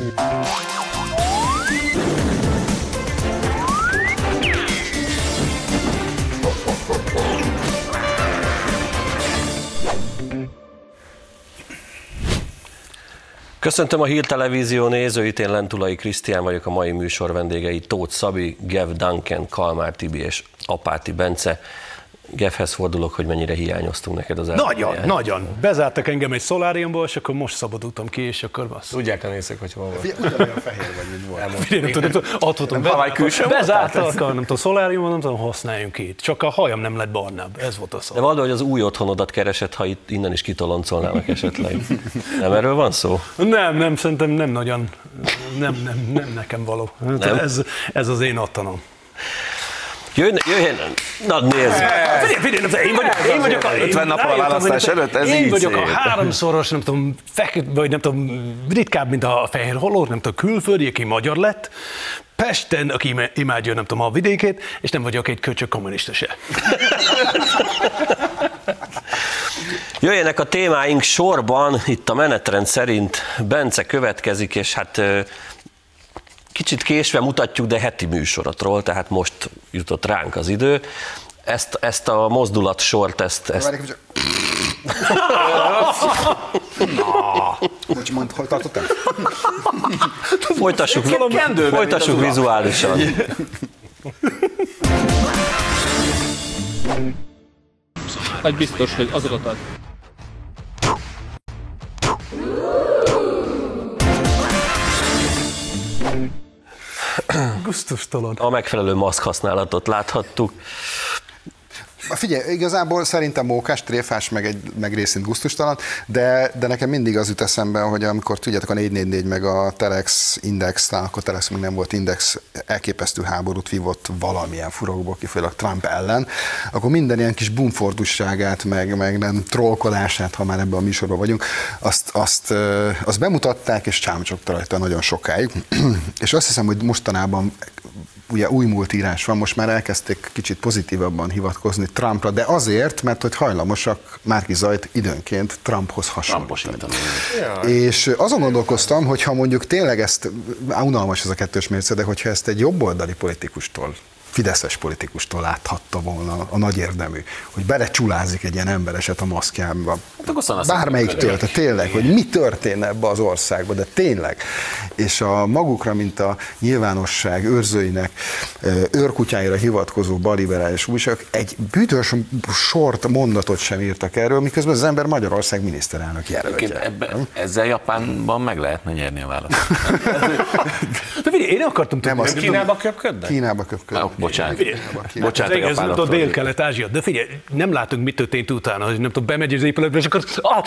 Köszöntöm a Hír Televízió nézőit, én Lentulai Krisztián vagyok, a mai műsor vendégei Tóth Szabi, Gev Duncan, Kalmár Tibi és Apáti Bence. Gevhez fordulok, hogy mennyire hiányoztunk neked az elmúlt. Nagyon. Bezártak engem egy szoláriumból, és akkor most szabadultam ki, és akkor bassz. Tudják a nézők, hogy hol volt. Ugyanolyan fehér vagy, mint volt. Nem tudom, ott voltam. Bezártak, nem tudom, szoláriumban, nem tudom, használjunk itt. Csak a hajam nem lett barnább, ez volt a szó. De valahogy az új otthonodat keresett, ha itt innen is kitoloncolnának esetleg. Nem erről van szó? Nem, szerintem nem nagyon, nem nekem való. Nem? Ez az én otthonom. Jöjjön, na nézd! Én vagyok a 50 nappal a választás előtt, ez én így vagyok szép. A háromszoros, nem tudom, vagy nem tudom, ritkább, mint a fehér holór, nem tudom, külföldi, aki magyar lett, Pesten, aki imádja, nem tudom, a vidékét, és nem vagyok egy köcsög kommunista se. Jöjjenek a témáink sorban, itt a menetrend szerint Bence következik, és hát kicsit késve mutatjuk, de heti műsorotról, tehát most jutott ránk az idő. Ezt a mozdulatsort, Mondd, hol tartottam? Folytassuk vizuálisan. Egy biztos, hogy azokat ad. Gusztustalan. A megfelelő maszk használatot láthattuk. Figyelj, igazából szerintem mókás, tréfás, meg részint gusztustalan, de nekem mindig az jut eszembe, hogy amikor tudjátok a 444 meg a Telex Index, talán akkor Telex még nem volt Index, elképesztő háborút vívott valamilyen furokból, kifejezőleg Trump ellen, akkor minden ilyen kis bumfordusságát, meg nem trollkodását, ha már ebben a műsorban vagyunk, azt bemutatták, és csámcsogta rajta nagyon sokáig. És azt hiszem, hogy mostanában ugye új múlt írás van, most már elkezdték kicsit pozitívabban hivatkozni Trumpra, de azért, mert hogy hajlamosak Márki-Zajt időnként Trumphoz hasonlítani. És azon gondolkoztam, hogy ha mondjuk tényleg ezt, unalmas ez a kettős mérce, de hogyha ezt egy jobboldali politikustól, fideszes politikustól láthatta volna a nagy érdemű, hogy belecsulázik egy ilyen embereset a maszkjába. Bármelyiktől, tényleg, hogy mi történne ebbe az országba, de tényleg. És a magukra, mint a nyilvánosság őrzőinek, őrkutyáira hivatkozó balliberális újságok egy büdös sort, mondatot sem írtak erről, miközben az ember Magyarország miniszterelnök jelöltje. Ezzel Japánban meg lehetne nyerni a választ. De figyelj, én akartam tudni. Nem Kínába köpködnek? Kínába köpködnek. Bocsánat, ez a Dél-Kelet-Ázsia, de figyelj, nem látunk, mit történt utána, hogy nem tudom, bemegy az épületbe, és akkor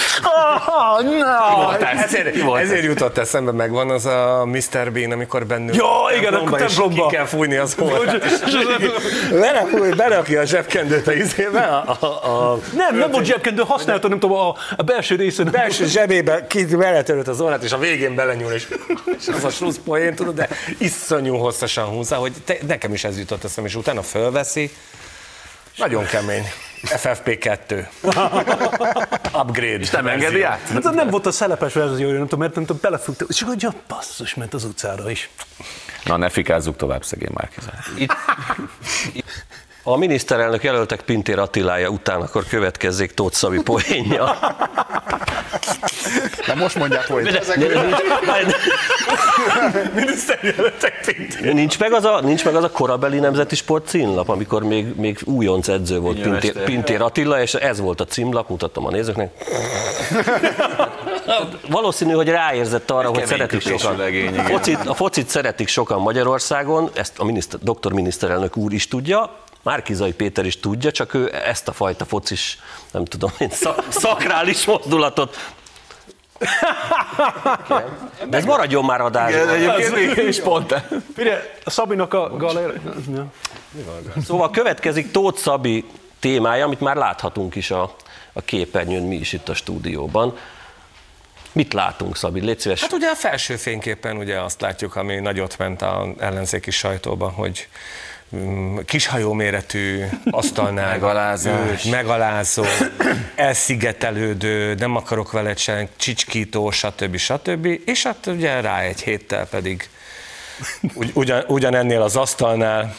ezért jutott eszembe, megvan az a Mr. Bean, amikor bennünk igen, akkor templomba ki kell fújni az orrát. Berakja a zsebkendőt a izébe. Nem volt zsebkendő, használta, nem tudom, a belső részén. Belső zsebébe beletörött az orrát, és a végén belenyúl, és az a slusz poén, tudod, de iszonyú hosszasan húzza, hogy nekem is ez jutott eszembe, és utána fölveszi. Nagyon kemény. FFP2. Upgrade. És nem engedi át? Hát nem volt a szelepes verzió, nem tudom, mert belefúgta, és akkor ja, basszus, ment az utcára is. Na, ne fikázzuk tovább, szegény Márki-Zaj. A miniszterelnök jelöltek Pintér Attilája után, akkor következzék Tóth Szabi poénja. De most mondják, hogy miniszterjelöltek Pintér. Nincs meg az a korabeli Nemzeti Sport címlap, amikor még újonc edző volt Pintér Attila, és ez volt a címlap, mutatom a nézőknek. Valószínű, hogy ráérzett arra, hogy szeretik sokan. A focit szeretik sokan Magyarországon, ezt a doktor miniszterelnök úr is tudja, Márki-Zay Péter is tudja, csak ő ezt a fajta focis, nem tudom én, szakrális mozdulatot. De ez maradjon már adásban. És pont. Figyelj, a Szabinak a galéria. Szóval következik Tóth Szabi témája, amit már láthatunk is a képernyőn, mi is itt a stúdióban. Mit látunk, Szabi? Légy szíves. Hát ugye a felső fényképen ugye azt látjuk, ami nagyot ment az ellenzéki sajtóban, hogy kishajó méretű asztalnál megalázó, elszigetelődő, nem akarok veled sem, csicskító, stb. És hát ugye rá egy héttel pedig ugyanennél az asztalnál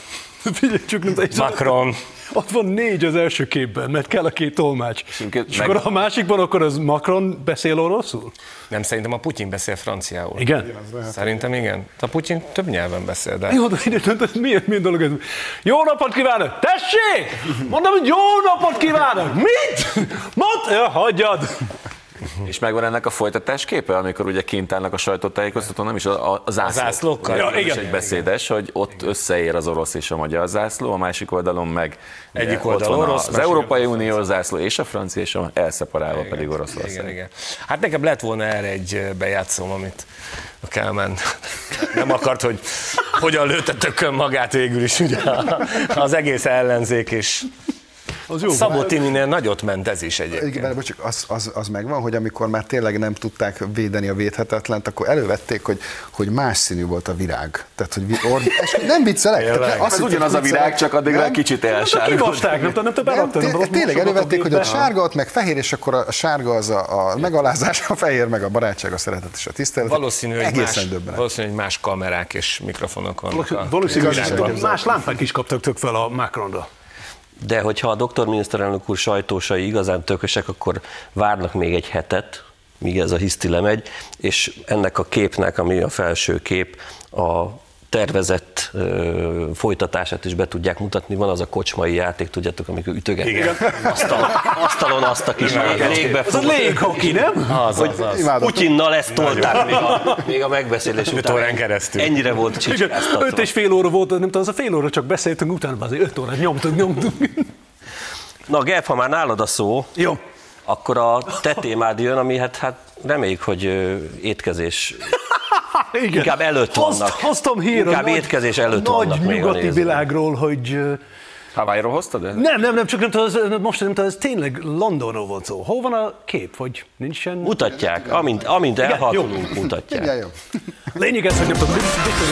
Macron. Ott van 4 az első képben, mert kell a 2 tolmács. És akkor a másikban akkor az Macron beszél oroszul? Nem, szerintem a Putyin beszél franciául. Igen? Szerintem igen. A Putyin több nyelven beszél, de... Jó, de milyen dolog ez? Jó napot kívánok! Tessék! Mondom, hogy jó napot kívánok! Mit? Mondd! Ja, hagyjad! És megvan ennek a folytatásképe, amikor ugye kint állnak a sajtótájékoztatón, nem is a zászlókkal. Ja, is egy beszédes, hogy ott összeér az orosz és a magyar zászló, a másik oldalon meg egyik oldalon orosz, az Európai Unió zászló és a francia, és elszeparálva pedig Oroszország. Igen. Hát nekem lett volna erre egy bejátszóm, amit a Kálmán nem akart, hogy hogyan lőtte tökön magát végül is, ugye az egész ellenzék, és Szabó Timinél nagyot ment ez is egyébként. Igen, bocsánat, az megvan, hogy amikor már tényleg nem tudták védeni a védhetetlent, akkor elővették, hogy más színű volt a virág. Tehát, hogy nem viccelek. Ez ugyanaz a virág, csak addigra kicsit elsárgult. Kivasták, nem tudom, tényleg elővették, hogy ott sárga, ott meg fehér, és akkor a sárga az a megalázás, a fehér meg a barátság, a szeretet és a tisztelet. Valószínű, hogy más kamerák és mikrofonok vannak. Valószínűleg más lámpák is kaptak tök fel a Macronra. De hogyha a doktor miniszterelnök úr sajtósai igazán tökösek, akkor várnak még egy hetet, míg ez a hiszti lemegy, és ennek a képnek, ami a felső kép, a tervezett folytatását is be tudják mutatni. Van az a kocsmai játék, tudjátok, amikor ütögetnek asztalon azt a kis légbe. Ez a léghoki, nem? Hogy Putyinnal ezt tolták még a megbeszélés után. Keresztül. Ennyire volt csicskáztatva. 5,5 óra volt, nem tudom, az a fél óra csak beszéltünk, utána azért 5 órát nyomtunk. Na Geb, ha már nálad a szó, jó, akkor a te témád jön, ami hát reméljük, hogy étkezés. Igen. Inkább előtt vannak. Hoztam hír inkább étkezés előtt vannak nagy nyugati világról, hogy... Hawaii-ról hoztad? Nem, csak nem tudom, most nem tudom, ez tényleg Londonról volt szó. Hol van a kép, hogy nincsen... Mutatják, amint elhatolunk, mutatják. Igen, jó. Lényeg ez, hogy nem tudom,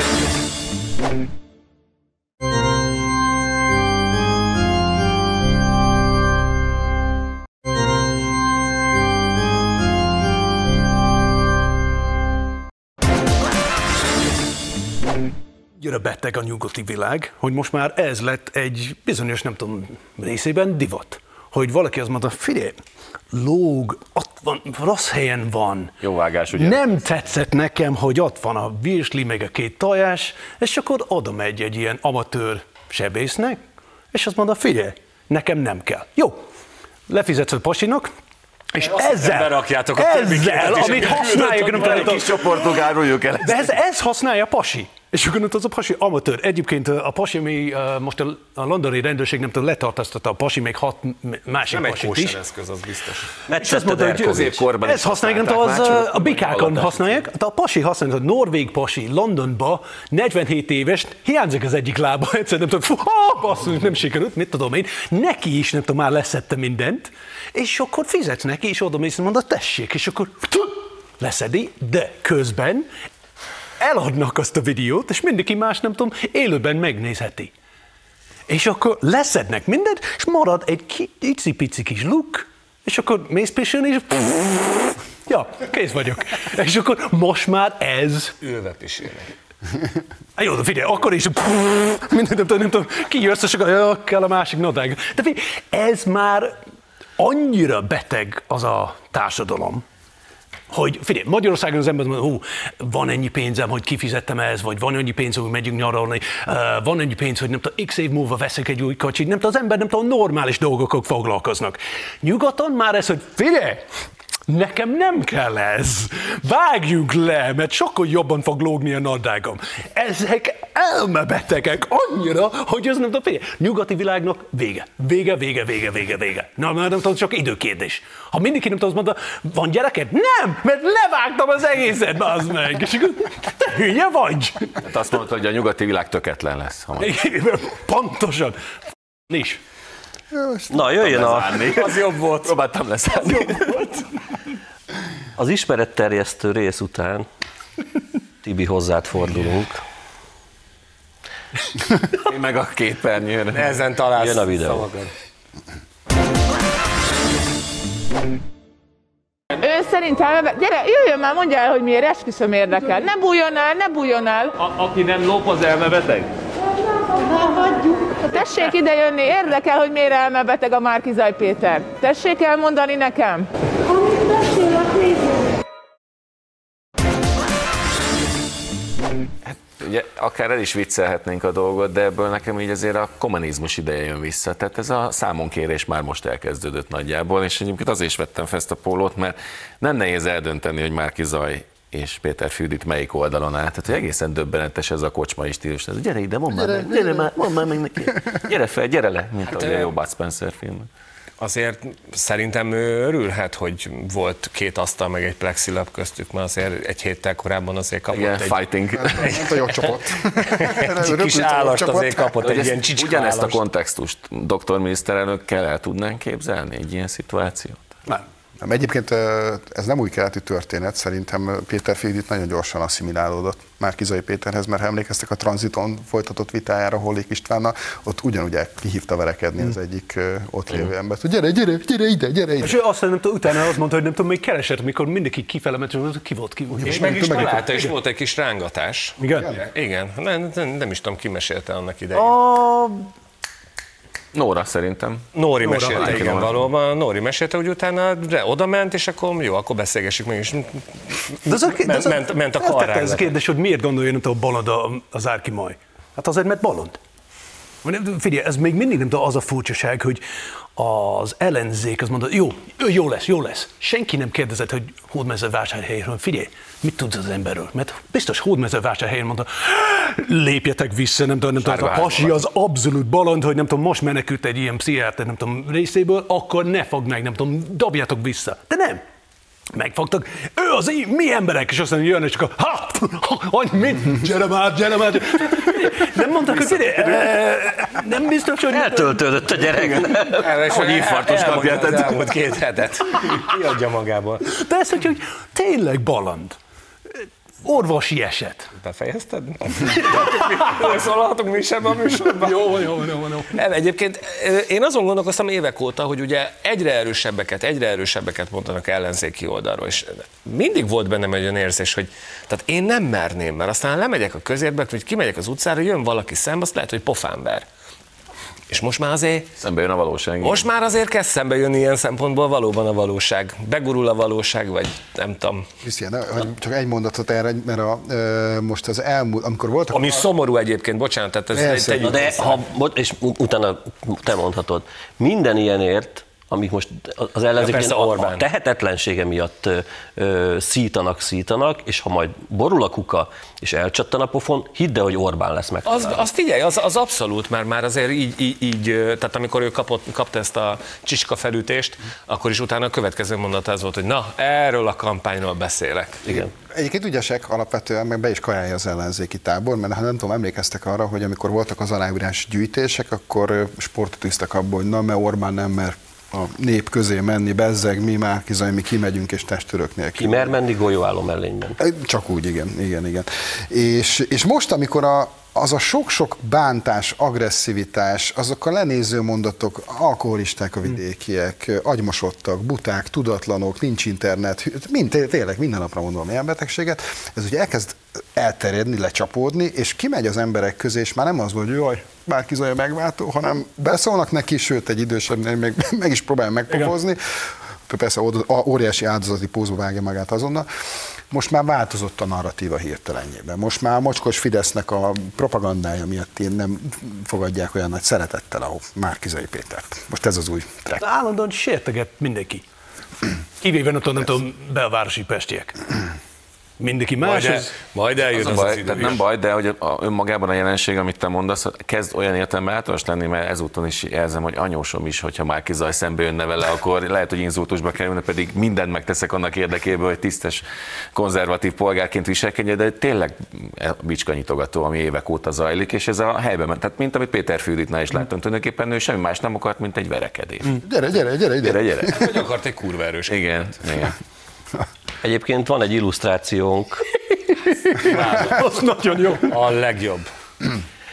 gyere beteg a nyugati világ, hogy most már ez lett egy bizonyos, nem tudom, részében divat. Hogy valaki azt mondta, figyelj, lóg, ott van, rossz helyen van. Jó vágás, ugye? Nem tetszett nekem, hogy ott van a virsli, meg a 2 tojás, és akkor oda megy egy ilyen amatőr sebésznek, és azt mondta, figyelj, nekem nem kell. Jó, lefizetsz a pasinak, és ezzel, amit használják, nem tudom, kis csoportok áruljuk el. de ez használja a pasi. És akkor az a pasi amatőr. Egyébként a pasi, ami most a londoni rendőrség nem tudom, letartóztatta a pasi, még 6 másik pasit is. Nem egy eszköz, az biztos. És azt mondta, hogy középkorban ezt használják, nem tudom, a bikákon használják. De a pasi használja, a norvég pasi Londonba, 47 éves, hiányzik az egyik lába, egyszer nem tudom, basszus, nem sikerült, mit tudom én. Neki is, nem tudom, már leszedte mindent, és akkor fizetsz neki, és oda mész, mondod, tessék, és akkor leszedi, de közben eladnak azt a videót, és mindenki más, nem tudom, élőben megnézheti. És akkor leszednek mindent, és marad egy icipici kis luk, és akkor mész pisilni, és ja, kész vagyok. És akkor most már ez... Ülve pisilni. Jó, de figyelj, akkor is mindent nem tudom, kijössz, és akkor kell a másik nadrág. De figyelj, ez már annyira beteg az a társadalom, hogy figyelj, Magyarországon az ember mondja, van ennyi pénzem, hogy kifizettem ez, vagy van ennyi pénz, hogy megyünk nyaralni, van ennyi pénz, hogy nem tudom, x év múlva veszek egy új kocsit, nem tudom, az ember nem tudom, normális dolgokok foglalkoznak. Nyugaton már ez, hogy figyelj, nekem nem kell ez. Vágjunk le, mert sokkal jobban fog lógni a nadrágom. Ezek elmebetegek annyira, hogy ez nem tudom, figyelj, nyugati világnak vége. Vége. Na, nem tudom, csak időkérdés. Ha mindenki nem tudom, azt mondta, van gyereked? Nem, mert levágtam az egészet, bazd meg. És akkor, te hülye vagy? Hát azt mondta, hogy a nyugati világ töketlen lesz. Pontosan. Nincs. Na, jöjjön Az jobb volt. Próbáltam leszállni. az ismeretterjesztő rész után. Tibi, hozzád fordulunk. Én meg a képernyőre. Ezen találsz Jön a videó. szavakat. Ő szerint gyere, jöjjön már, mondja el, hogy miért, esküszöm érdekel. Ne bújjon el. Aki nem lop, az elmebeteg? Tessék ide jönni, érdekel, hogy miért elmebeteg a Márki-Zay Péter. Tessék elmondani nekem. Ugye, akár el is viccelhetnénk a dolgot, de ebből nekem így azért a kommunizmus ideje jön vissza. Tehát ez a számonkérés már most elkezdődött nagyjából, és egyébként azért is vettem fel ezt a pólót, mert nem nehéz eldönteni, hogy Márki-Zay és Péter Fürdit melyik oldalon áll. Tehát, hogy egészen döbbenetes ez a kocsmai stílus. Ez, gyere ide, mondd már meg neki. Gyere fel, gyere le, mint ahogy a jó Bud Spencer film. Azért szerintem ő örülhet, hogy volt 2 asztal meg egy plexilap köztük, mert azért egy héttel korábban azért kapott Igen, egy fighting. Mondta, jó csapott. kis állast, azért kapott egy ilyen csicska ugyanezt a állast. kontextust doktor miniszterelnökkel el tudnánk képzelni egy ilyen szituációt? Nem, egyébként ez nem új keletű történet, szerintem Péter Fürdit nagyon gyorsan asszimilálódott Márki-Zay Péterhez, mert ha emlékeztek a Tranziton folytatott vitájára Hollik Istvánnal, ott ugyanúgy kihívta verekedni az egyik ott lévő embert, hogy gyere ide. És ő azt nem tudom, utána azt mondta, hogy nem tudom, még keresett, mikor mindenki kifele ment, hogy ki volt. És meg is találta, és volt egy kis rángatás. Igen? Igen, nem is tudom, ki mesélte annak idején. Nóra szerintem. Nóri mesélte, igen, valóban. Nóri mesélte, hogy utána oda ment, és akkor jó, akkor beszélgessük meg, és ment a karrágba. Ez a kérdés, hogy miért gondolja, nem tudom, bolond az Árki Maj? Hát azért, mert bolond. Figyelj, ez még mindig nem tudom, az a furcsaság, hogy az ellenzék az mondta, jó lesz. Senki nem kérdezett, hogy Hódmezővásárhelyről. Figyelj, mit tudsz az emberről? Mert biztos Hódmezővásárhelyen mondta, lépjetek vissza, nem tudom, a pasi az abszolút bolond, hogy nem tudom, most menekült egy ilyen pszichiáter, nem tudom, részéből, akkor ne fogd meg, nem tudom, dobjátok vissza. De nem. Megfogtak, ő az mi emberek, és aztán jön, és akkor mit? Gyere már. Nem mondtak, hogy nem biztos, hogy... Eltöltődött a gyerek. Hogy infarktus kapja az elmúlt 2 hetet. Kiadja magából. De ez, hogy tényleg baland. Orvosi eset. Befejezted? Szólhatunk mi sem a műsorban? Jó. Nem, egyébként én azon gondolkoztam évek óta, hogy ugye egyre erősebbeket mondanak ellenzéki oldalról, és mindig volt bennem egy olyan érzés, hogy tehát én nem merném, mert aztán lemegyek a közérbe, vagy kimegyek az utcára, jön valaki szembe, azt lehet, hogy pofán ver. És most már azért... Szembe jön a valóság. Most már azért kezd szembe jönni ilyen szempontból valóban a valóság. Begurul a valóság, vagy nem tudom. Krisztián, csak egy mondatot erre, mert most az elmúlt, amikor voltak... Ami szomorú egyébként, bocsánat, tehát ez Na de és utána te mondhatod, minden ilyenért, amik most az ellenzék a tehetetlensége miatt szítanak, és ha majd borul a kuka, és elcsattan a pofon, hidd el, hogy Orbán lesz meg. Az figyelj, az abszolút, mert már azért így tehát amikor ő kapta ezt a csicska felütést, akkor is utána a következő mondata az volt, hogy na, erről a kampányról beszélek. Igen. Egyébként ügyesek alapvetően, meg be is kajálja az ellenzéki tábor, mert ha nem tudom, emlékeztek arra, hogy amikor voltak az aláírás gyűjtések, akkor sportot üztek abból, hogy na, mert Orbán nem mer a nép közé menni, bezzeg, mi Márki-Zay, mi kimegyünk és testőrök nélkül. Ki mer menni golyóálló mellényben. Csak úgy, igen. És most, amikor az a sok-sok bántás, agresszivitás, azok a lenéző mondatok, alkoholisták a vidékiek, agymosodtak, buták, tudatlanok, nincs internet, tényleg minden napra mondom ilyen betegséget, ez ugye elkezd elterjedni, lecsapódni, és kimegy az emberek közé, és már nem az, hogy jaj, Márki-Zay megváltó, hanem beszólnak neki, sőt egy idősebbnél meg is próbál megpofozni. Persze óriási áldozati pózba vágja magát azonnal. Most már változott a narratíva hirtelenjében. Most már a mocskos Fidesznek a propagandája miatt én nem fogadják olyan nagy szeretettel a Márki-Zay Pétert. Most ez az új track. Állandóan sérteget mindenki. Kivéve nem tudom, belvárosi pestiek. Mindenki más. Majd eljön az idő. Tehát nem baj, de hogy önmagában a jelenség, amit te mondasz, kezd olyan értelemben általános lenni, mert ezúton is érzem, hogy anyósom is, hogyha Márki-Zay szembe jönne vele, akkor lehet, hogy inzultusba kerülne, pedig mindent megteszek annak érdekében, hogy tisztes, konzervatív polgárként viselkedjen, de tényleg bicskanyitogató, ami évek óta zajlik, és ez a helyben ment. Tehát mint amit Péter Fürditnál is láttam, tulajdonképpen ő semmi más nem akart, mint egy verekedés. Gyere. Hogy akart egy kurva erős. Igen. Egyébként van egy illusztrációnk. Az nagyon jó. A legjobb.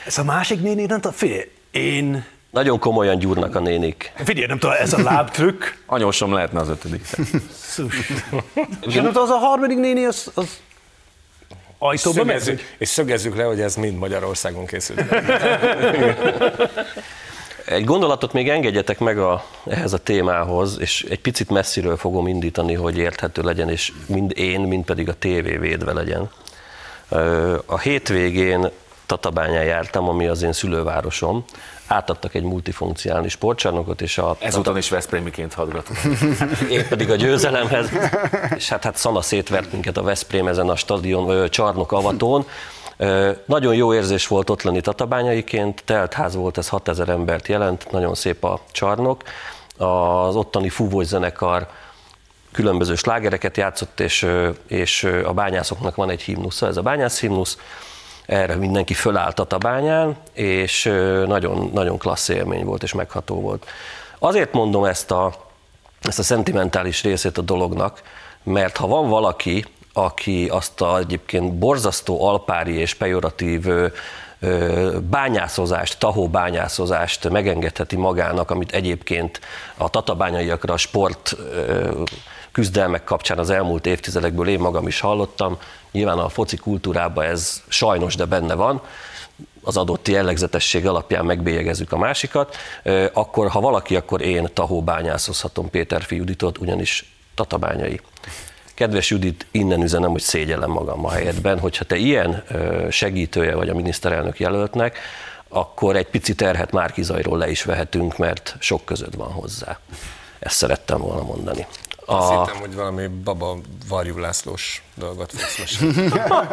Ez a másik néni, nem tudom, figyelj, én... Nagyon komolyan gyúrnak a nénik. Figyelj, nem tudom, ez a lábtrükk. Anyósom lehetne az 5. És nem tudom, az a harmadik néni, az ajtóba megy. És szögezzük le, hogy ez mind Magyarországon készült. Egy gondolatot még engedjetek meg ehhez a témához, és egy picit messziről fogom indítani, hogy érthető legyen, és mind én, mind pedig a tévé védve legyen. A hétvégén Tatabányán jártam, ami az én szülővárosom. Átadtak egy multifunkcionális sportcsarnokot, és ezúton is veszprémiként hallgatok. Én pedig a győzelemhez, és hát szana szétvert minket a Veszprém ezen a stadion csarnok avatón. Nagyon jó érzés volt ott lenni tatabányaiként, telt ház volt, ez 6000 embert jelent, nagyon szép a csarnok. Az ottani fúvós zenekar különböző slágereket játszott, és a bányászoknak van egy himnusza, ez a bányász himnusz. Erre mindenki fölállt Tatabányán, és nagyon, nagyon klassz élmény volt, és megható volt. Azért mondom ezt a szentimentális részét a dolognak, mert ha van valaki, aki azt egyébként borzasztó alpári és pejoratív bányászozást, tahóbányászozást megengedheti magának, amit egyébként a tatabányaiakra a sport küzdelmek kapcsán az elmúlt évtizedekből én magam is hallottam. Nyilván a foci kultúrában ez sajnos, de benne van. Az adott jellegzetesség alapján megbélyegezzük a másikat. Akkor, ha valaki, akkor én tahóbányászozhatom Péterfi Juditot, ugyanis tatabányai. Kedves Judit, innen üzenem, hogy szégyellem magam a helyedben, hogyha te ilyen segítője vagy a miniszterelnök jelöltnek, akkor egy pici terhet Márki-Zajról le is vehetünk, mert sok közöd van hozzá. Ezt szerettem volna mondani. Azt hittem, hogy valami Baba Varjú Lászlós dolgot fogsz mesélni.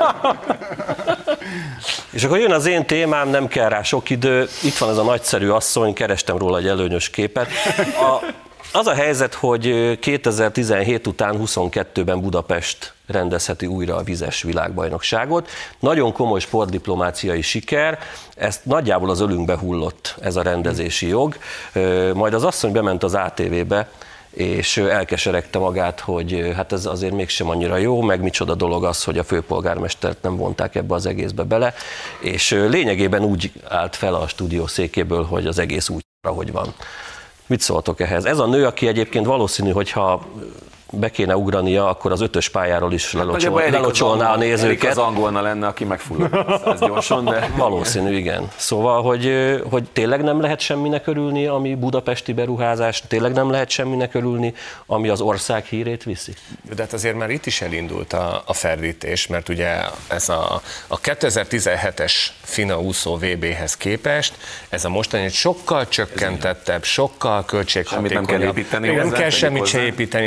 És akkor jön az én témám, nem kell rá sok idő. Itt van ez a nagyszerű asszony, kerestem róla egy előnyös képet. Az a helyzet, hogy 2017 után 22-ben Budapest rendezheti újra a vizes világbajnokságot. Nagyon komoly sportdiplomáciai siker, ezt nagyjából az ölünkbe hullott ez a rendezési jog. Majd az asszony bement az ATV-be, és elkeseregte magát, hogy hát ez azért mégsem annyira jó, meg micsoda dolog az, hogy a főpolgármestert nem vonták ebbe az egészbe bele, és lényegében úgy állt fel a stúdió székéből, hogy az egész úgy, ahogy van. Mit szóltok ehhez? Ez a nő, aki egyébként valószínű, hogyha be kéne ugrania, akkor az 5-ös pályáról is lelocsolná a nézőket. Az angolna lenne, aki megfullad gyorsan, de... Valószínű, igen. Szóval, hogy tényleg nem lehet semminek örülni, ami budapesti beruházás, tényleg nem lehet semminek örülni, ami az ország hírét viszi? De hát azért már itt is elindult a ferdítés, mert ugye ez a 2017-es FINA úszó VB-hez képest, ez a mostani egy sokkal csökkentettebb, sokkal költséghatékonyabb. Nem kell építeni. Nem kell semmit se építeni,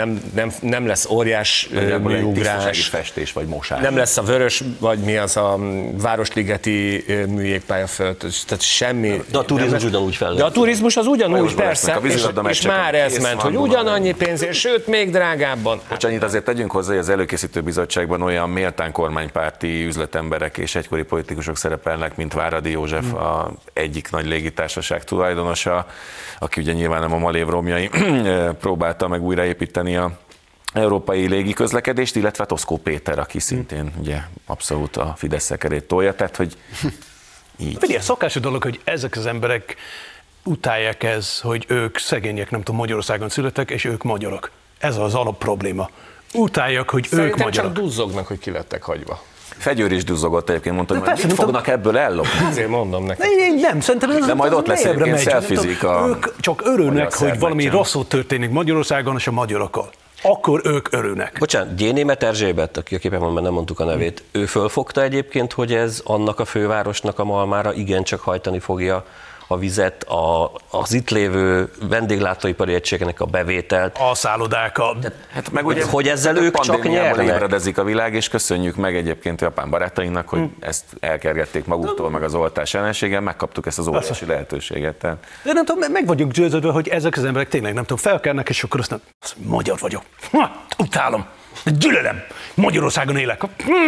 nem lesz óriás műugrás. Festés vagy mosás. Nem lesz a vörös, vagy mi az a Városligeti műjégpálya föld, tehát semmi. De a turizmus ugyanúgy fel. De a turizmus az ugyanúgy, persze, és már ez ment, hogy ugyanannyi pénzért, sőt, még drágábban. Annyit azért tegyünk hozzá, hogy az előkészítő bizottságban olyan méltán kormánypárti üzletemberek és egykori politikusok szerepelnek, mint Váradi József, a egyik nagy légitársaság tulajdonosa, aki ugye nyilván nem a Malév romjai próbálta meg újraépíteni a európai légiközlekedést, illetve Toszkó Péter, aki szintén ugye abszolút a Fidesz szekerét tolja, tehát hogy így. Figyelj, szokásos dolog, hogy ezek az emberek utálják hogy ők szegények, nem tudom, Magyarországon születtek, és ők magyarok. Ez az alap probléma. Utálják, hogy szerintem ők magyarok. Csak duzzognak, hogy ki lettek hagyva. Fegyőr is duzzogott egyébként, mondtam, hogy mit fognak ebből ellopni? Azért mondom neked. Nem, szerintem ez de majd ott lesz egyébként szelfizik a... Ők csak örülnek, hogy valami rosszul történik Magyarországon és a magyarokkal. Akkor ők örülnek. Bocsánat, Gyénémet Erzsébet, aki a képen van, mert nem mondtuk a nevét, ő fölfogta egyébként, hogy ez annak a fővárosnak a malmára igencsak hajtani fogja a vizet, az itt lévő vendéglátóipari egységnek a bevételt. A szállodák. Hát meg ugye, hogy ezzel ők csak nyernek. Ébredezik a világ, és köszönjük meg egyébként japán barátainknak, hogy ezt elkergették maguktól, meg az oltás ellenséggel, megkaptuk ezt az óriási lehetőséget. De nem tudom, meg vagyunk győződve, hogy ezek az emberek tényleg nem tudom, felkelnek, és akkor azt magyar vagyok. Utálom, gyűlölem, Magyarországon élek.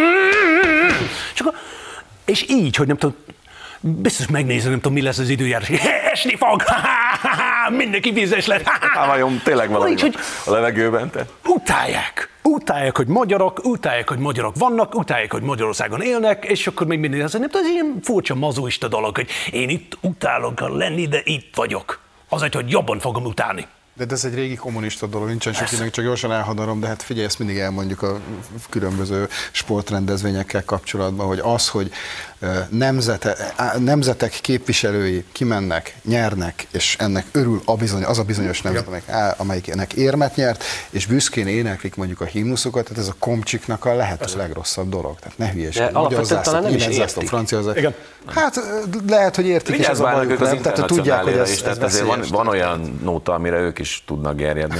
És így, hogy nem tudom, biztos megnézem, nem tudom, mi lesz az időjárás. Esni fog! Mindenki vízes lett! Vajon tényleg valami a levegőben? Te? Utálják, utálják, hogy magyarok vannak, utálják, hogy Magyarországon élnek, és akkor még mindig az, nem tudom, ez ilyen furcsa mazoista dolog, hogy én itt utálok lenni, de itt vagyok. Azért, hogy jobban fogom utálni. De ez egy régi kommunista dolog, nincsen sok időnk, csak gyorsan elhadarom, de hát figyelj, ezt mindig elmondjuk a különböző sportrendezvényekkel kapcsolatban, hogy az, hogy nemzetek képviselői kimennek, nyernek, és ennek örül az a bizonyos nemzet, amelyiknek érmet nyert, és büszkén éneklik mondjuk a himnuszokat, tehát ez a komcsiknak a lehető legrosszabb dolog. Tehát ne hülyeskedj. Magyar zászló, német zászló, francia zászló. Hát lehet, hogy értik, és ez a bajuk, nem? Tehát tudják, hogy ez van olyan nóta, amire ők is tudnak gerjedni.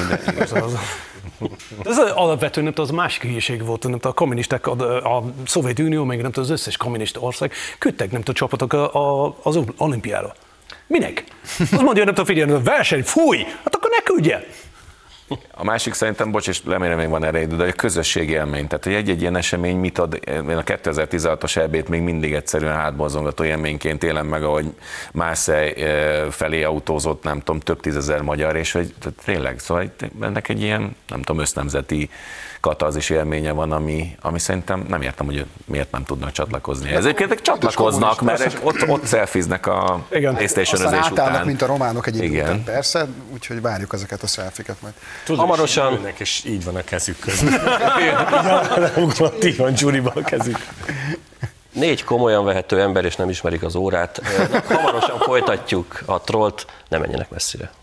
Ez alapvetően nem tudom, az másik hülyeség volt, nem tudom, a kommunisták, a Szovjetunió, meg nem tudom, az összes kommunista ország küldtek, nem tudom, csapatok az olimpiára. Minek? Az mondja, nem tudom, figyelni, a verseny, fúj, hát akkor ne küldje. A másik szerintem, bocs, és remélem még van erre idő, de a közösségi élmény. Tehát, hogy egy ilyen esemény mit ad, én a 2016-os EB-t még mindig egyszerűen hátborzongató élményként élem meg, ahogy Marseille felé autózott, nem tudom, több tízezer magyar, és hogy tényleg, szóval ennek egy ilyen, nem tudom, össznemzeti katarzis élménye van, ami szerintem nem értem, hogy miért nem tudnak csatlakozni. Ezért csatlakoznak, mert ott szelfiznek a PlayStation-özés után. Átállnak, mint a románok egyébként, persze, úgyhogy várjuk ezeket a szelfiket majd. Hamarosan. És így van a kezük közben. Így van Gyuriban a kezük. 4 komolyan vehető ember, és nem ismerik az órát. Hamarosan folytatjuk a trollt, ne menjenek messzire.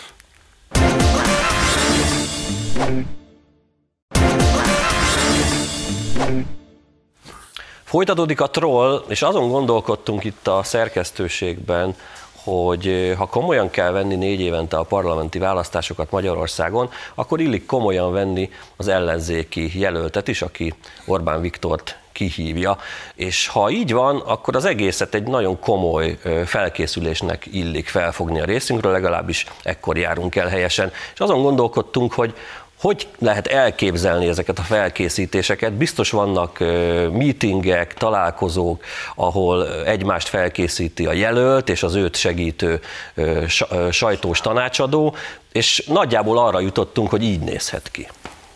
Folytatódik a troll, és azon gondolkodtunk itt a szerkesztőségben, hogy ha komolyan kell venni 4 évente a parlamenti választásokat Magyarországon, akkor illik komolyan venni az ellenzéki jelöltet is, aki Orbán Viktort kihívja. És ha így van, akkor az egészet egy nagyon komoly felkészülésnek illik felfogni a részünkről, legalábbis ekkor járunk el helyesen. És azon gondolkodtunk, hogy lehet elképzelni ezeket a felkészítéseket? Biztos vannak meetingek, találkozók, ahol egymást felkészíti a jelölt és az őt segítő sajtós tanácsadó, és nagyjából arra jutottunk, hogy így nézhet ki.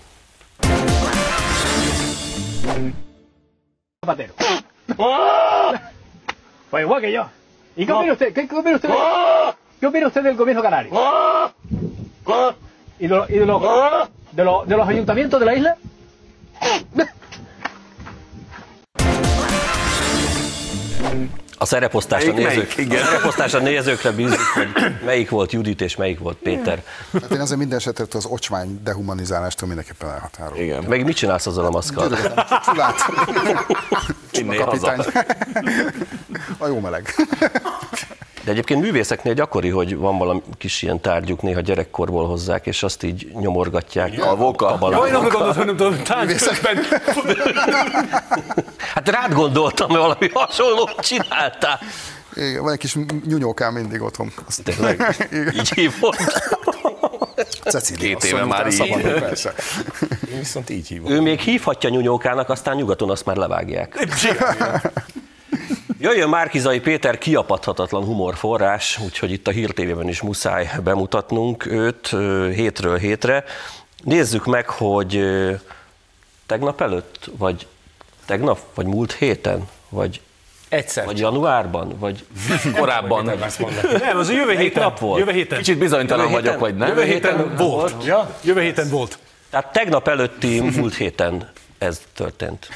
De los ayuntamientos de la isla. A szereposztás a nézőkre bízik, hogy melyik volt Judit és melyik volt Péter. Hát én azért minden esetre az ocsmány dehumanizálástól mindenképpen elhatárolom. Igen. Meg mit csinálsz azzal a maszkkal? Fulát. Kapitány. A jó meleg. De egyébként művészeknél gyakori, hogy van valami kis ilyen tárgyuk, néha gyerekkorból hozzák, és azt így nyomorgatják. A voka. Jaj, nem gondoltam, hogy nem tudom, táncművészekben. Hát rád gondoltam, hogy valami hasonlót csináltál. Igen, van egy kis nyúnyókám mindig otthon. Azt tényleg? Így hívott? Cecília. 2 éve már így. Persze. Én viszont így hívom. Ő még hívhatja nyúnyókának, aztán nyugaton azt már levágják. Jöjjön Márki-Zay Péter, kiapadhatatlan humorforrás, úgyhogy itt a Hír TV-ben is muszáj bemutatnunk őt hétről hétre. Nézzük meg, hogy tegnap előtt, vagy tegnap, vagy múlt héten, vagy egyszer. Vagy januárban, vagy korábban. Nem, az jövő héten nap volt. Jövő héten. Kicsit bizonytalan vagyok, vagy nem. Jövő héten volt. Ja? Jövő héten volt. Tehát tegnap előtti múlt héten ez történt.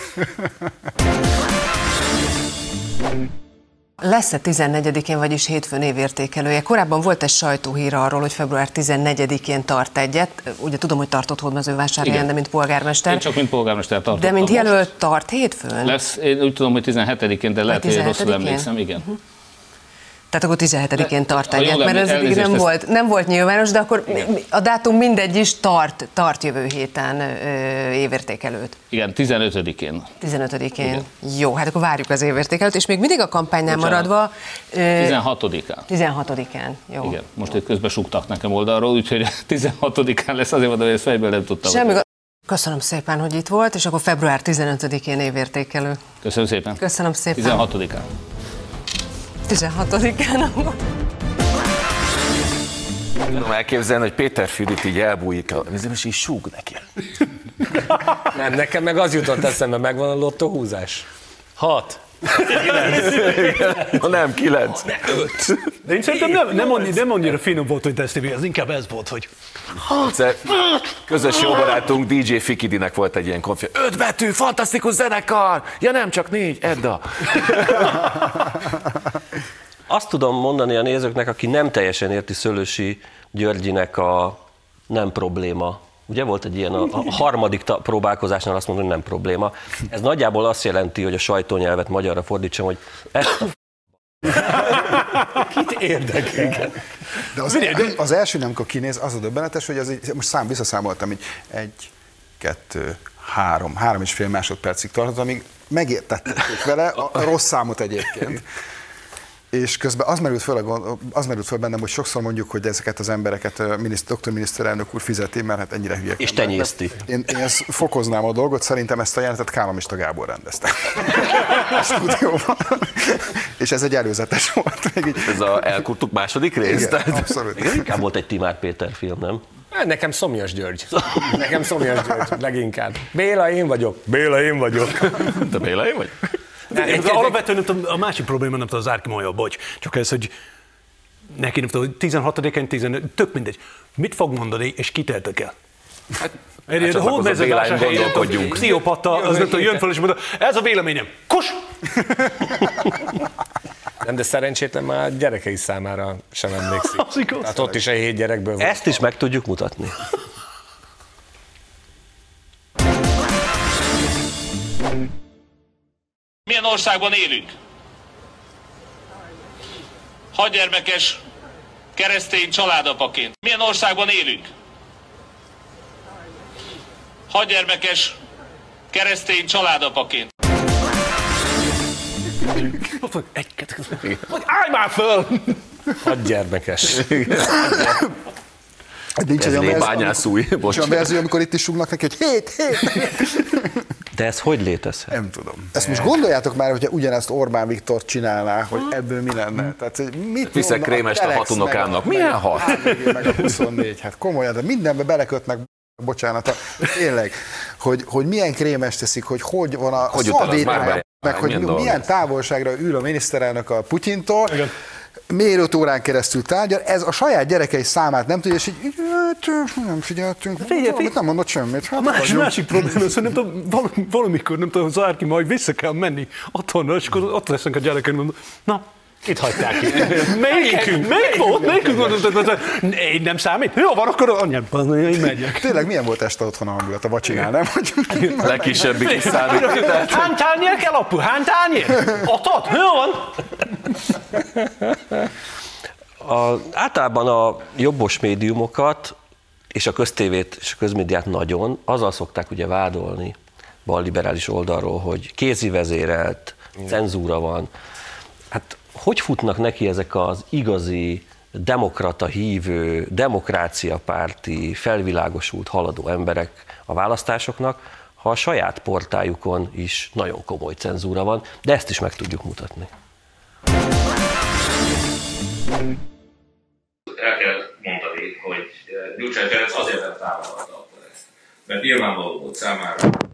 Lesz-e 14-én, vagyis hétfőn évértékelője? Korábban volt egy sajtóhír arról, hogy február 14-én tart egyet. Ugye tudom, hogy tartott Hódmezővásárhelyen, de mint polgármester. Én csak mint polgármester tartottam. De mint jelölt tart hétfőn? Lesz, én úgy tudom, hogy 17-én, de lehet, hogy rosszul emlékszem, igen. Tehát akkor 17-én tart egyet, mert ez eddig nem volt nyilvános, de akkor a dátum mindegy is tart jövő héten évértékelőt. Igen, 15-én. 15-én. Jó, hát akkor várjuk az évértékelőt, és még mindig a kampánynál maradva... 16-án. 16-án, jó. Igen, most itt közben súgtak nekem oldalról, úgyhogy 16-án lesz, azért mondom, hogy ezt fejből nem tudtam. Semmi. Köszönöm szépen, hogy itt volt, és akkor február 15-én évértékelő. Köszönöm szépen. Köszönöm szépen. 16-án. 16-án. Tudom elképzelni, hogy Péter Fürit így elbújik, és így súg neki. Nem, nekem meg az jutott eszembe, megvan a lottóhúzás. 6. 9. Nem, 9. De én szerintem nem annyira finom volt, hogy Destiny, az inkább ez volt, hogy... Közös jó barátunk DJ Fikidinek volt egy ilyen konfi. 5 betű, fantasztikus zenekar! Ja nem, csak 4, Edda. Azt tudom mondani a nézőknek, aki nem teljesen érti Szőlősi Györgyinek a nem probléma. Ugye volt egy ilyen, a harmadik próbálkozásnál azt mondom, hogy nem probléma. Ez nagyjából azt jelenti, hogy a sajtónyelvet magyarra fordítsam, hogy ezt a Kit érdekel? De az első, amikor kinéz, az a döbbenetes, hogy az így, most visszaszámoltam, így 1, 2, 3,5 másodpercig tartott, amíg megértették vele a rossz számot egyébként. És közben az merült föl bennem, hogy sokszor mondjuk, hogy ezeket az embereket Dr. Miniszterelnök úr fizeti, mert hát ennyire hülyek. És tenyészti. Én ezt fokoznám a dolgot, szerintem ezt a jelenetet Kállamista Gábor rendezte a stúdióban. És ez egy előzetes volt. Ez a Elkurtuk második rész? Igen, abszolút. Ez inkább volt egy Timár Péter film, nem? Nekem Szomjas György. Nekem Szomjas György leginkább. Béla, én vagyok. Béla, én vagyok. Te Béla, én vagy? Alapvetően a másik probléma nem tudom, az Árki Maja, bocs, csak ez, hogy neki nem tudom, 16-án, 15, tök mindegy. Mit fog mondani, és kit érdekel? Hát a Hódmezővásárhelyen pszichopata, az nem tudom, jön fel és mondta, ez a véleményem, kus! Nem, de szerencsétlen már gyerekei számára sem emlékszik. Tehát ott is a 7 gyerekből volt. Ezt is meg tudjuk mutatni. Milyen országban élünk? 6 gyermekes keresztény családapaként. Milyen országban élünk? 6 gyermekes keresztény családapaként. Állj már föl! 6 gyermekes. Nincs Ez egy bányászúj, bocs. verzió, amikor itt is sugnak neki, hogy 7. De ez hogy létezhet? Nem tudom. Ezt most gondoljátok már, hogyha ugyanezt Orbán Viktor csinálná, hogy ebből mi lenne? Tehát, mit Viszek krémest a 6 unokámnak. Milyen 6? Meg a 24, hát komolyan, de mindenbe belekötnek, bocsánat, tényleg, hogy milyen krémest teszik, hogy van a szalvétel, meg hogy milyen távolságra ül a miniszterelnök a Putyintól, miért 5 órán keresztül tárgyal, ez a saját gyerekei számát nem tudja, és így nem figyeltünk, nem mondott semmit. Hát másik probléma, hogy nem tudom, valamikor nem tudom, az Árki majd vissza kell menni otthonra, és akkor ott lesznek a gyerekek, mondom, na, itt hagyták ki. Melyikünk mondott, én nem számít? Jó van, akkor anyám, én megyek. Tényleg milyen volt este otthon a hangulat, a vacsinál, nem? A legkisebbik is számít. Hány tányér kell, apu? Hány tányér? Ott? Jó van. Általában a jobbos médiumokat és a köztévét és a közmédiát nagyon azzal szokták ugye vádolni balliberális oldalról, hogy kézi vezérelt, cenzúra van. Hát hogy futnak neki ezek az igazi demokrata hívő, demokráciapárti, felvilágosult, haladó emberek a választásoknak, ha a saját portájukon is nagyon komoly cenzúra van, de ezt is meg tudjuk mutatni. El kell mondani, hogy Gyurcsány Ferenc azért nem támogatta akkor ezt. Mert nyilvánvaló volt számára,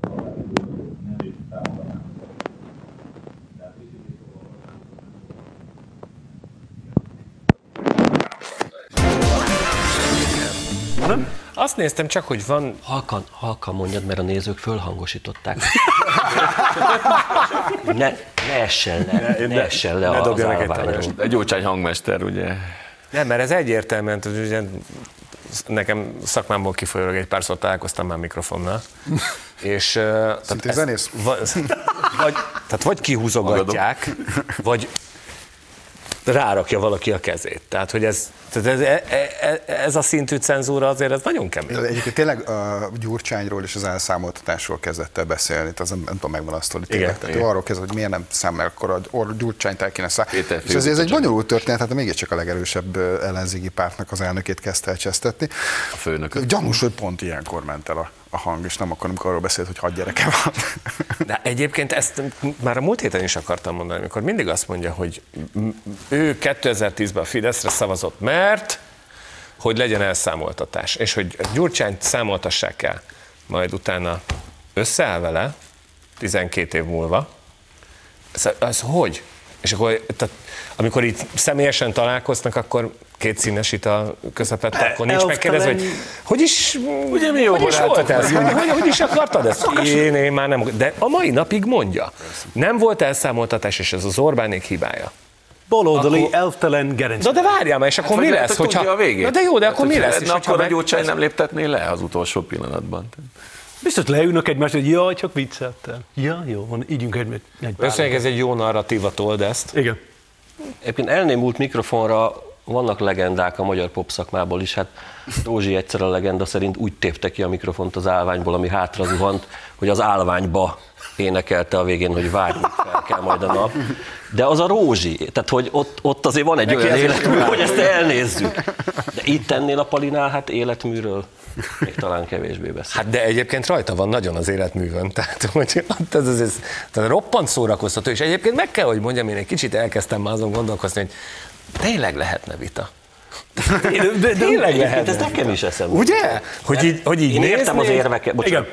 Nem? Azt néztem csak, hogy van... Halkan mondjad, mert a nézők fölhangosították. ne essen le az állványról. Egy Gyurcsány hangmester, ugye? Nem, mert ez egyértelműen, ugye, nekem szakmámból kifolyólag egy párszor találkoztam már mikrofonnal. És, szintén zenész? Tehát vagy kihúzogatják, vagy rárakja valaki a kezét. Tehát, hogy ez a szintű cenzúra azért ez nagyon kemény. Egyébként tényleg a Gyurcsányról és az elszámoltatásról kezdett el beszélni, az nem tudom, megvan azt, hogy tényleg. Tehát arról kezdett, hogy miért nem szám meg akkor a Gyurcsányt el kéne szállni. És ez egy bonyolult történet, hát mégiscsak a legerősebb ellenzéki pártnak az elnökét kezdte el csesztetni. A főnök. Gyanús, hogy pont ilyenkor ment el a hang, és nem akkor, amikor arról beszélt, hogy 6 gyereke van. De egyébként ezt már a múlt héten is akartam mondani, amikor mindig azt mondja, hogy ő 2010-ben a Fideszre szavazott, mert hogy legyen elszámoltatás, és hogy Gyurcsányt számoltassák el. majd utána összeáll vele 12 év múlva, az hogy? És akkor, tehát, amikor itt személyesen találkoznak, akkor két színes ital közepette, akkor nincs megkérdezve, hogy hogy is, ugye mi jó volt ez? Hogy is akartad ezt? Én már nem, de a mai napig mondja. Nem volt elszámoltatás, és ez az Orbánék hibája. Baloldali elvtelen gerinc. De várjál már, és akkor mi lesz, hogyha... A végét. De jó, de akkor mi lesz? És akkor a Gyurcsány nem léptetné le az utolsó pillanatban. Biztos leülnök egymást, hogy jaj, csak vicceltem. Ja, jó, van, ígyünk egy Összönjük, ez egy jó narratíva, told ezt. Igen. Egyébként elnémult mikrofonra vannak legendák a magyar popszakmából is. Hát Rózsi egyszer a legenda szerint úgy tépte ki a mikrofont az állványból, ami hátra zuhant, hogy az állványba énekelte a végén, hogy várj, fel kell majd a nap. De az a Rózsi, tehát hogy ott azért van egy olyan életmű, hogy ezt elnézzük. De itt ennél a Palinál, hát életműről még talán kevésbé beszél. Hát de egyébként rajta van nagyon az életművön, tehát hogy ez roppant szórakoztató, és egyébként meg kell, hogy mondjam, én egy kicsit elkezdtem már azon gondolkozni, hogy tényleg lehetne vita. Tényleg lehetne. Ez nekem is eszembe. Ugye? Hogy így én értem az érveket. Bocsánat.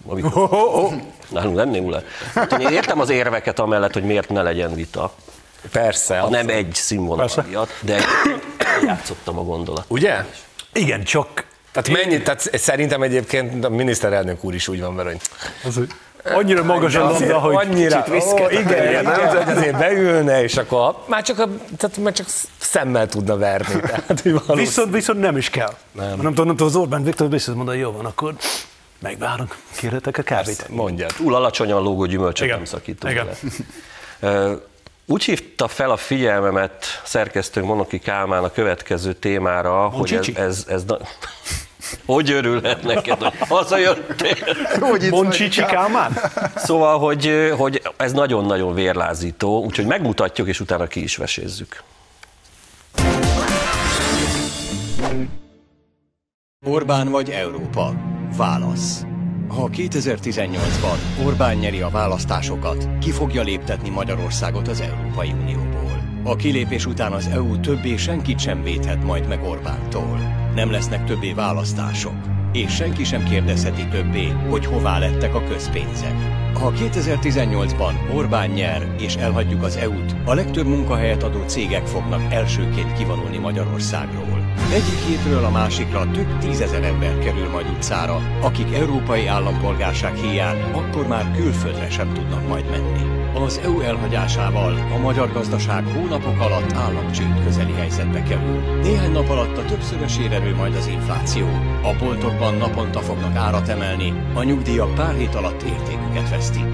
Nálunk nem némul le. Én értem az érveket amellett, hogy miért ne legyen vita. Persze. Ha nem egy színvonal miatt, de játszottam a gondolat. Ugye? Igen, csak... Tehát szerintem egyébként a miniszterelnök úr is úgy van vele, hogy... Annyira magas a labda, hogy annyira, igen, azért beülne, és akkor már csak szemmel tudna verni. Tehát, viszont nem is kell. Nem tudom, az Orbán Viktor biztos mondani, jó van, akkor megvárunk, kérhetek a kávét. Mondjad. Túl alacsonyan lógó gyümölcsöt nem szakítunk le. Úgy hívta fel a figyelmemet szerkesztőnk Monoki Kálmán a következő témára, hogy ez hogy örülhet neked, hogy hazajöttél? Boncsicsi Kálmán? Szóval, hogy ez nagyon-nagyon vérlázító, úgyhogy megmutatjuk, és utána ki is vesézzük. Orbán vagy Európa? Válasz. Ha 2018-ban Orbán nyeri a választásokat, ki fogja léptetni Magyarországot az Európai Unióból? A kilépés után az EU többé senkit sem védhet majd meg Orbántól. Nem lesznek többé választások, és senki sem kérdezheti többé, hogy hová lettek a közpénzek. Ha 2018-ban Orbán nyer és elhagyjuk az EU-t, a legtöbb munkahelyet adó cégek fognak elsőként kivonulni Magyarországról. Egyik hétről a másikra több 10 000 ember kerül majd utcára, akik európai állampolgárság hiány akkor már külföldre sem tudnak majd menni. Az EU elhagyásával a magyar gazdaság hónapok alatt államcsőd közeli helyzetbe kerül. Néhány nap alatt a többszörösére nő majd az infláció. A boltokban naponta fognak árat emelni, a nyugdíjak pár hét alatt értéküket vesztik.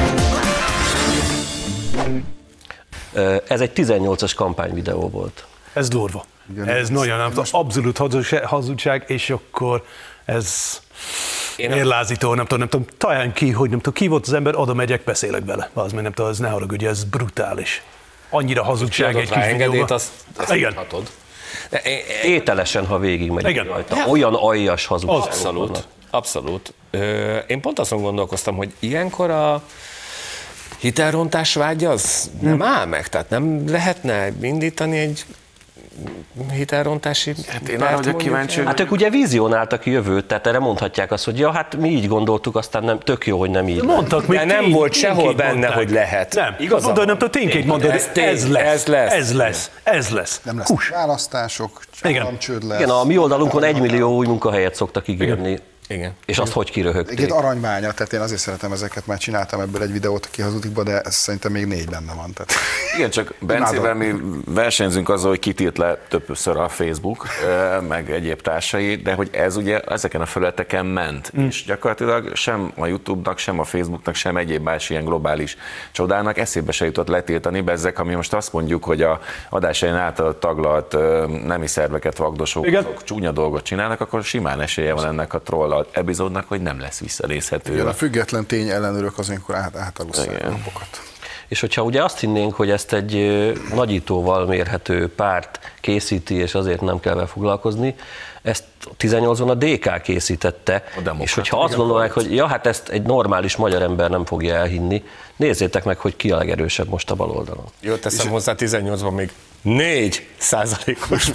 Ez egy 18-as kampányvideó volt. Ez durva. Igen, ez nagyon nem tudom, abszolút hazugság, és akkor ez érlázító, nem tudom, talán ki, hogy nem tudom, ki volt az ember, oda megyek, beszélek vele. Az meg nem tudom, ez ne haragudj, ez brutális. Annyira hazugság egy kis videóban. Azt hatod. Ételesen, ha végigmegy rajta. Olyan aljas hazugság. Abszolút. Én pont azon gondolkoztam, hogy ilyenkor a hitelrontás vágy az nem áll meg, tehát nem lehetne indítani egy hitelrontási... Hát én arra vagyok kíváncsi. Hát ők ugye vizionáltak jövőt, tehát erre mondhatják azt, hogy ja, hát mi így gondoltuk, aztán nem, tök jó, hogy nem így. Mondtak, de nem volt sehol benne, mondták, hogy lehet. Nem, igazán. Mondod, nem tudom, tényként mondod, ez lesz. Nem lesz választások, államcsőd lesz. Igen, a mi oldalunkon 1 millió új munkahelyet szoktak ígérni. Igen. És azt hogy kiröhögték? Egy aranymánya, tehát én azért szeretem ezeket, már csináltam ebből egy videót a Kihazudikba, de ez szerintem még 4 benne van. Tehát. Igen, csak Bencével mi versenyzünk azzal, hogy kitilt le többször a Facebook, meg egyéb társai, de hogy ez ugye ezeken a felületeken ment, és gyakorlatilag sem a YouTube-nak, sem a Facebooknak, sem egyéb más ilyen globális csodának eszébe se jutott letiltani bezzek, ami most azt mondjuk, hogy a adásain által taglalt nemi szerveket vagdosók csúnya dolgot csinálnak, akkor simán esélye van ennek a troll epizódnak, hogy nem lesz visszanézhető. Igen, a független tény ellenőrök az, amikor átalusszák a napokat. És hogyha ugye azt hinnénk, hogy ezt egy nagyítóval mérhető párt készíti, és azért nem kell vele foglalkozni, ezt 18-ban a DK készítette, és hogyha azt gondolják, hogy ja, hát ezt egy normális magyar ember nem fogja elhinni, nézzétek meg, hogy ki a legerősebb most a baloldalon. Jó, teszem hozzá, 18-ban még 4%-os.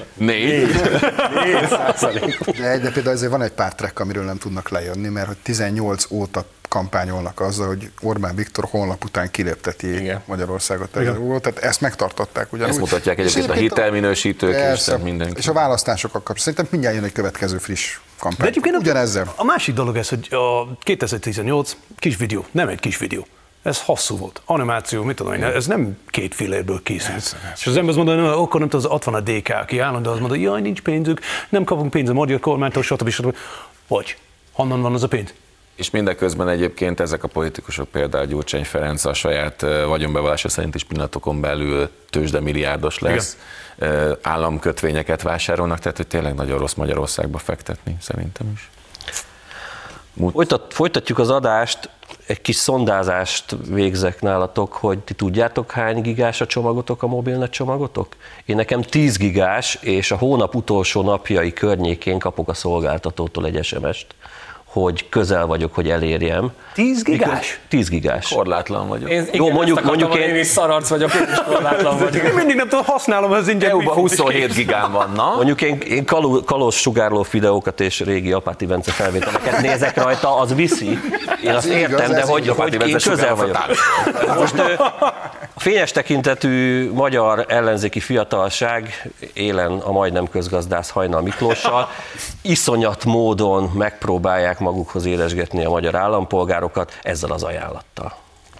4%. De például azért van egy pár track, amiről nem tudnak lejönni, mert hogy 18 óta kampányolnak azzal, hogy Orbán Viktor holnap után kilépteti Magyarországot. Tehát ezt megtartották ugyanúgy. Ezt mutatják egyébként a hitelminősítők és mindenki. És a választásokkal kapcsolatban szerintem mindjárt jön egy következő friss kampány. De egyébként ugyanezzel. A másik dolog ez, hogy a 2018 kis videó, nem egy kis videó. Ez hosszú volt. Animáció, mit tudom én, ez nem 2 fillérből készült. És az ember azt mondja, hogy akkor nem tudom, ott van a DK, aki állandóan azt mondja, hogy jaj, nincs pénzük, nem kapunk pénzt a magyar kormánytól, stb. Vagy, honnan van az a pénz? És mindeközben egyébként ezek a politikusok, például Gyurcsány Ferenc a saját vagyonbevallása szerint is pillanatokon belül tőzsdemilliárdos lesz, államkötvényeket vásárolnak, tehát hogy tényleg nagyon rossz Magyarországba fektetni, szerintem is. Folytatjuk az adást, egy kis szondázást végzek nálatok, hogy ti tudjátok, hány gigás a csomagotok, a mobilnet csomagotok? Én nekem 10 gigás, és a hónap utolsó napjai környékén kapok a szolgáltatótól egy SMS-t, hogy közel vagyok, hogy elérjem. 10 gigás? 10 gigás. Korlátlan vagyok. Jó, mondjuk én is szararc vagyok, én is korlátlan vagyok. Én mindig nem tudom, használom az ingyen. EU-ban 27 gigám van, na? Mondjuk én Kalóz sugárló videókat és régi Apáti Bence felvételeket nézek rajta, az viszi. Én azt értem, de hogy én közel vagyok. Most a fényes tekintetű magyar ellenzéki fiatalság élen a majdnem közgazdász Hajnal Miklóssal iszonyat módon megpróbálják magukhoz éresgetni a magyar állampolgárokat ezzel az ajánlattal.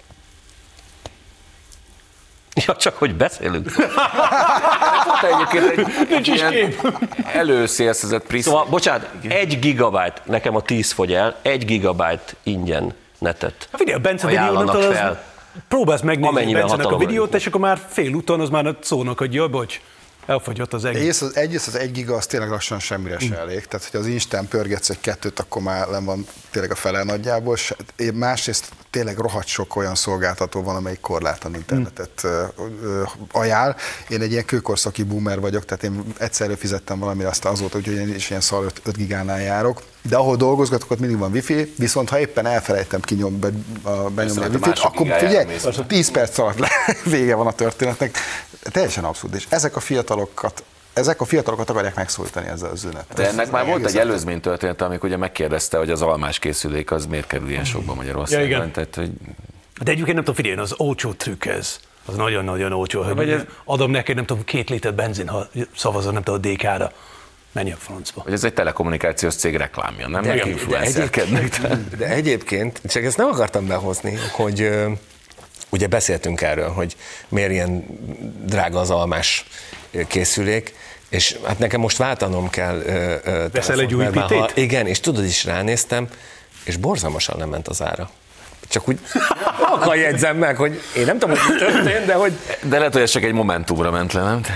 Ja, csak hogy beszélünk. Nincs is kép. Előszélszezett prisz. Szóval, bocsánat, 1 gigabyte, nekem a 10 fogy el, 1 gigabyte ingyen netet ajánlanak fel. Próbálsz megnézni Bencenek a videót, és akkor már félúton az már szólnak, hogy jaj, bocs, elfogyott az egész. Az 1 giga az tényleg lassan semmire se elég. Tehát, hogy az Instán pörgetsz egy 2-t, akkor már nem van tényleg a fele nagyjából. Másrészt tényleg rohadt sok olyan szolgáltató van, amelyik korlátlan internetet ajánl. Én egy ilyen kőkorszaki boomer vagyok, tehát én egyszer fizettem valamire, aztán azóta, úgyhogy én is ilyen szar 5 gigánál járok. De ahol dolgozgatok, ott mindig van wifi, viszont ha éppen elfelejtem benyomni a wifi-t, akkor figyelj, 10 perc alatt vége van a történetnek. Teljesen abszurd, és ezek a fiatalokat akarják megszólítani ezzel az ünnepet. De ennek már volt egy előzménytörténet, amikor ugye megkérdezte, hogy az almás készülék az miért kerül ilyen sokba Magyarországon. Ja, tehát, hogy... De egyébként nem tudom, figyelj, az olcsó trükk ez. Az nagyon-nagyon olcsó, hogy adom neked, nem tudom, 2 liter benzin, ha szavazol, nem tudom, a DK-ra. Menj a francba. Hogy ez egy telekommunikációs cég reklámja, nem? De egyébként, csak ezt nem akartam behozni, hogy ugye beszéltünk erről, hogy miért ilyen drága az almás készülék, és hát nekem most váltanom kell. Veszel egy új pitét? Igen, és tudod, is ránéztem, és borzalmasan nem ment az ára. Csak úgy akkor jegyzem meg, hogy én nem tudom, hogy mi történt, de hogy... De lehet, hogy ez csak egy momentumra ment le, nem?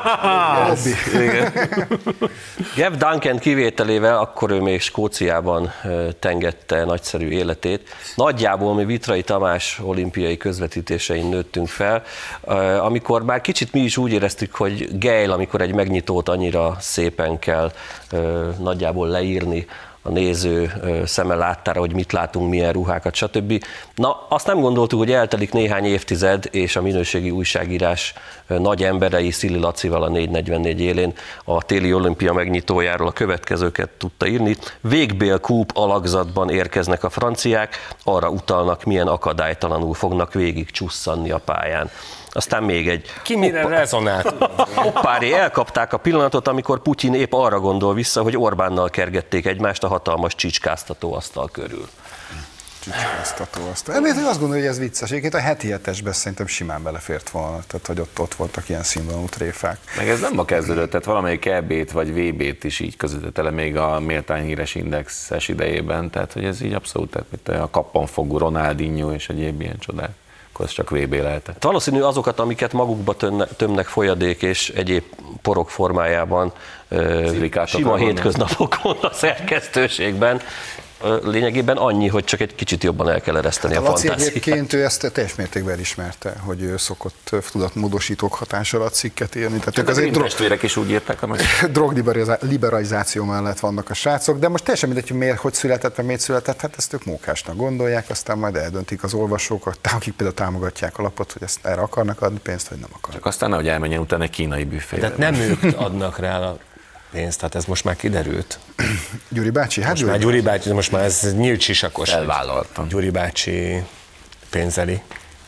Jeff Duncan kivételével, akkor ő még Skóciában tengette nagyszerű életét. Nagyjából mi Vitrai Tamás olimpiai közvetítésein nőttünk fel, amikor már kicsit mi is úgy éreztük, hogy Gale, amikor egy megnyitót annyira szépen kell nagyjából leírni a néző szeme láttára, hogy mit látunk, milyen ruhákat, stb. Na, azt nem gondoltuk, hogy eltelik néhány évtized, és a minőségi újságírás nagy emberei Szili Lacival a 444 élén a téli olimpia megnyitójáról a következőket tudta írni. Végbélkúp alakzatban érkeznek a franciák, arra utalnak, milyen akadálytalanul fognak végig csusszanni a pályán. Aztán még egy... Ki mire rezonált? Hoppári, elkapták a pillanatot, amikor Putyin épp arra gondol vissza, hogy Orbánnal kergették egymást a hatalmas csicskáztató asztal körül. Csicskáztató asztal. Én azt gondolom, hogy ez vicces. Egyébként a heti hetesben szerintem simán belefért volna, tehát hogy ott voltak ilyen színvonalú tréfák. Meg ez nem ma kezdődött, tehát valamelyik EB-t vagy VB-t is így közöttette le még a méltány híres indexes idejében, tehát hogy ez így abszolút, tehát mint a kappanfogú Ronaldinho és egyéb ilyen csodák. Akkor ez csak VB lehetett. Valószínű azokat, amiket magukba tömnek folyadék és egyéb porok formájában, sima hétköznapokon a szerkesztőségben, lényegében annyi, hogy csak egy kicsit jobban el kell ereszteni a Laci fantáziát. egyébként ő ezt teljes mértékben elismerte, hogy ő szokott tudatmódosítók hatás alatt cikket írni. Tehát ők azért testvérek is úgy írták, amit drogliberalizáció mellett vannak a srácok, de most teljesen mindegy, hogy miért, hogy született, vagy miért született, hát ezt ők mókásnak gondolják, aztán majd eldöntik az olvasók, akik például támogatják a lapot, hogy ezt erre akarnak adni pénzt, vagy nem akarnak. Csak aztán nehogy elmenjen utána egy kínai büfére. Tehát nem ők adnak rá a pénzt, tehát ez most már kiderült. Gyuri bácsi? Hát Gyuri bácsi, most már ez nyílt sisakos. Elvállaltam. Gyuri bácsi pénzeli.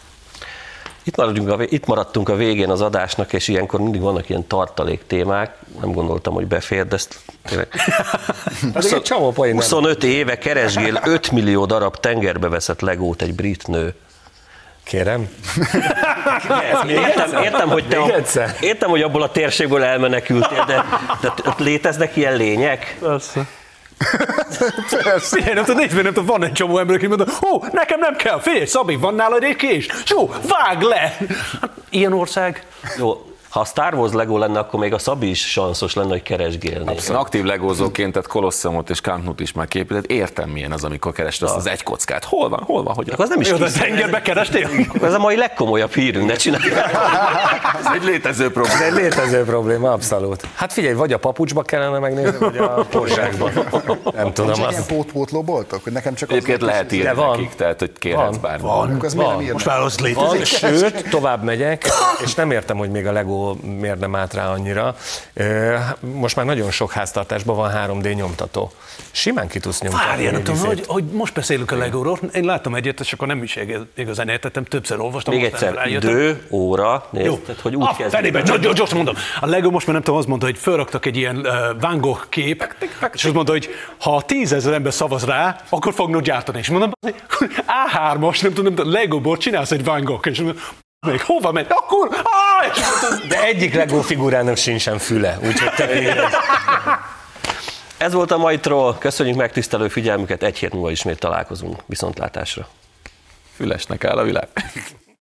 Itt maradtunk a végén az adásnak, és ilyenkor mindig vannak ilyen tartalék témák. Nem gondoltam, hogy befér, de ezt tényleg... 25 éve keresgél 5 millió darab tengerbe veszett legót egy brit nő. Kérem? Értem, hogy abból a térségből elmenekültél, de léteznek ilyen lények? Persze. Figyelj, nem tudom, van egy csomó ember, aki mondta, nekem nem kell, figyelj, Szabi, van nálad egy kés? Jó, vágd le! Ilyen ország. Jó, ha a Star Wars Lego lenne, akkor még a Szabi is sanszos lenne, hogy keresgélni. Aktív legózóként, tehát Colosseumot és Camp Nou-t is már képített, értem milyen az, amikor kerested azt az egy kockát. Hol van, hogy? Az nem is jó, de tengerbe kerestél? Ez a mai legkomolyabb hírünk, ne csinálj. Ez egy létező probléma. Ez egy létező probléma, abszolút. Hát figyelj, vagy a papucsba kellene megnézni, vagy a porzsákban. Nem tudom. Csak ilyen pótpótló boltok, hogy nekem csak egyébként lehet írni nekik, tehát hogy kérhetsz bármit. Van. Most már az létezik. Sőt, tovább megyek, és nem értem, hogy még a Lego miért nem állt rá annyira. Most már nagyon sok háztartásban van 3D nyomtató. Simán ki tudsz nyomtatni. Várjál, nem tudom, hogy most beszélünk a Legóról. Én láttam egyet, és akkor nem is igazán értettem, többször olvastam. Még egyszer, idő, óra, nézd, hogy úgy kezdődik. Gyorsan mondom. A Lego most már nem tudom, azt mondta, hogy felraktak egy ilyen Van Gogh kép, és azt mondta, hogy ha 10 000 ember szavaz rá, akkor fognak gyártani. És mondom, A3-as, nem tudom, Legóból csinálsz egy Van Gogh, és mondom, még hova megy? Akkor... De egyik Lego figurának sincsen füle, úgyhogy te Ez volt a mai Troll. Köszönjük megtisztelő figyelmüket, egy hét múlva ismét találkozunk. Viszontlátásra. Fülesnek áll a világ.